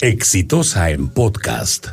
Exitosa en podcast.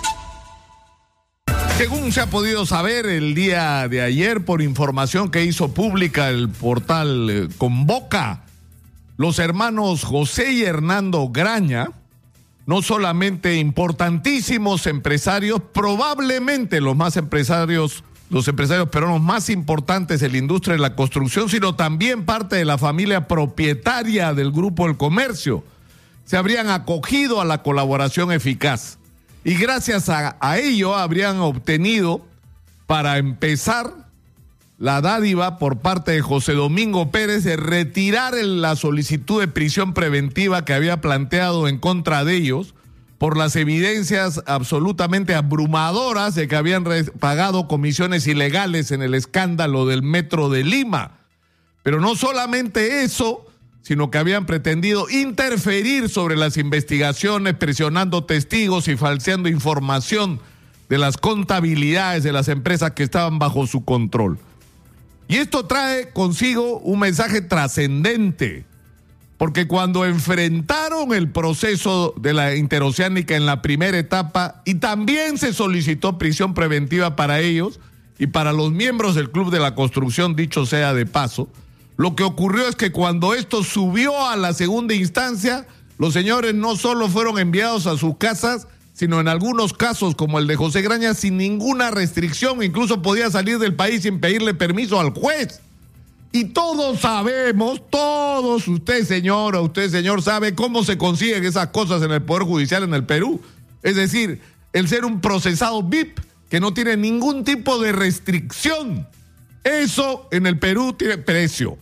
Según se ha podido saber el día de ayer por información que hizo pública el portal Convoca, los hermanos José y Hernando Graña, no solamente importantísimos empresarios, probablemente los empresarios peruanos más importantes en la industria de la construcción, sino también parte de la familia propietaria del Grupo El Comercio, se habrían acogido a la colaboración eficaz. Y gracias a ello habrían obtenido, para empezar, la dádiva por parte de José Domingo Pérez de retirar la solicitud de prisión preventiva que había planteado en contra de ellos por las evidencias absolutamente abrumadoras de que habían pagado comisiones ilegales en el escándalo del Metro de Lima. Pero no solamente eso, sino que habían pretendido interferir sobre las investigaciones, presionando testigos y falseando información de las contabilidades de las empresas que estaban bajo su control. Y esto trae consigo un mensaje trascendente, porque cuando enfrentaron el proceso de la interoceánica en la primera etapa, y también se solicitó prisión preventiva para ellos y para los miembros del Club de la Construcción, dicho sea de paso, lo que ocurrió es que cuando esto subió a la segunda instancia, los señores no solo fueron enviados a sus casas, sino en algunos casos, como el de José Graña, sin ninguna restricción, incluso podía salir del país sin pedirle permiso al juez. Y todos sabemos, usted señor, sabe cómo se consiguen esas cosas en el Poder Judicial en el Perú. Es decir, el ser un procesado VIP que no tiene ningún tipo de restricción. Eso en el Perú tiene precio.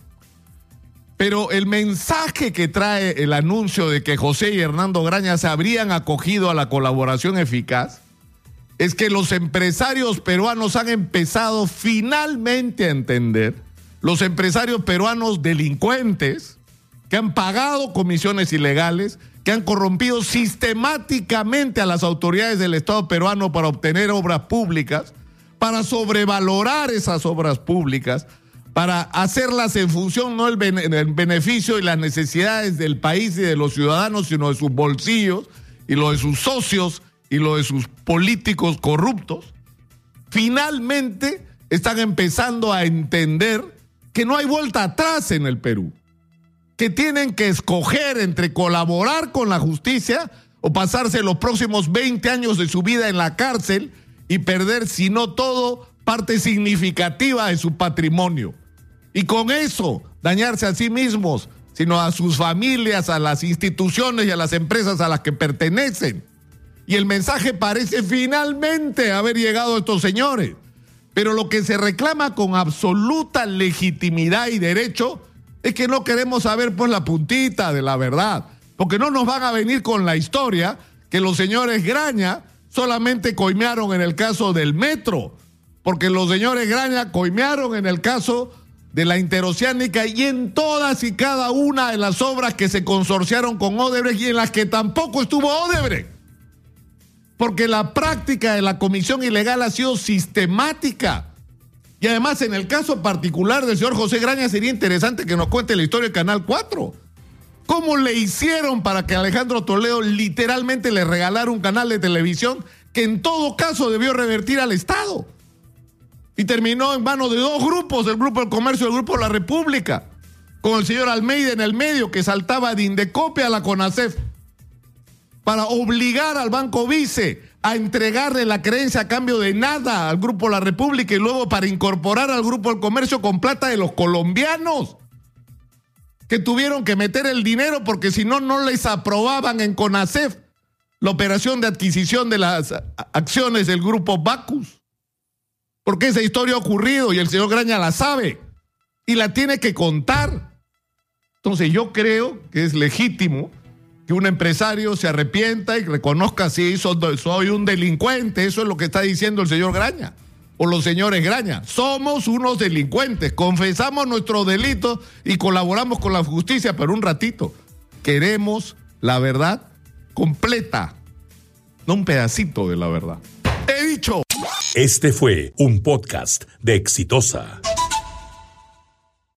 Pero el mensaje que trae el anuncio de que José y Hernando Graña se habrían acogido a la colaboración eficaz es que los empresarios peruanos han empezado finalmente a entender, los empresarios peruanos delincuentes que han pagado comisiones ilegales, que han corrompido sistemáticamente a las autoridades del Estado peruano para obtener obras públicas, para sobrevalorar esas obras públicas, para hacerlas en función no del beneficio y las necesidades del país y de los ciudadanos, sino de sus bolsillos y lo de sus socios y lo de sus políticos corruptos, finalmente están empezando a entender que no hay vuelta atrás en el Perú, que tienen que escoger entre colaborar con la justicia o pasarse los próximos 20 años de su vida en la cárcel y perder, si no todo, parte significativa de su patrimonio. Y con eso, dañarse a sí mismos, sino a sus familias, a las instituciones y a las empresas a las que pertenecen. Y el mensaje parece finalmente haber llegado a estos señores. Pero lo que se reclama con absoluta legitimidad y derecho es que no queremos saber pues la puntita de la verdad. Porque no nos van a venir con la historia que los señores Graña solamente coimearon en el caso del metro, porque los señores Graña coimearon en el caso de la interoceánica y en todas y cada una de las obras que se consorciaron con Odebrecht y en las que tampoco estuvo Odebrecht, porque la práctica de la comisión ilegal ha sido sistemática. Y además, en el caso particular del señor José Graña, sería interesante que nos cuente la historia del Canal 4. ¿Cómo le hicieron para que Alejandro Toledo literalmente le regalara un canal de televisión que en todo caso debió revertir al Estado? Y terminó en manos de dos grupos, el Grupo del Comercio y el Grupo de la República, con el señor Almeida en el medio, que saltaba de Indecopi a la CONACEF para obligar al Banco Vice a entregarle la creencia a cambio de nada al Grupo de la República y luego para incorporar al Grupo del Comercio con plata de los colombianos, que tuvieron que meter el dinero porque si no, no les aprobaban en CONACEF la operación de adquisición de las acciones del Grupo Bacus. Porque esa historia ha ocurrido y el señor Graña la sabe y la tiene que contar. Entonces yo creo que es legítimo que un empresario se arrepienta y reconozca si soy un delincuente. Eso es lo que está diciendo el señor Graña o los señores Graña. Somos unos delincuentes, confesamos nuestros delitos y colaboramos con la justicia, pero un ratito. Queremos la verdad completa, no un pedacito de la verdad. He dicho. Este fue un podcast de Exitosa.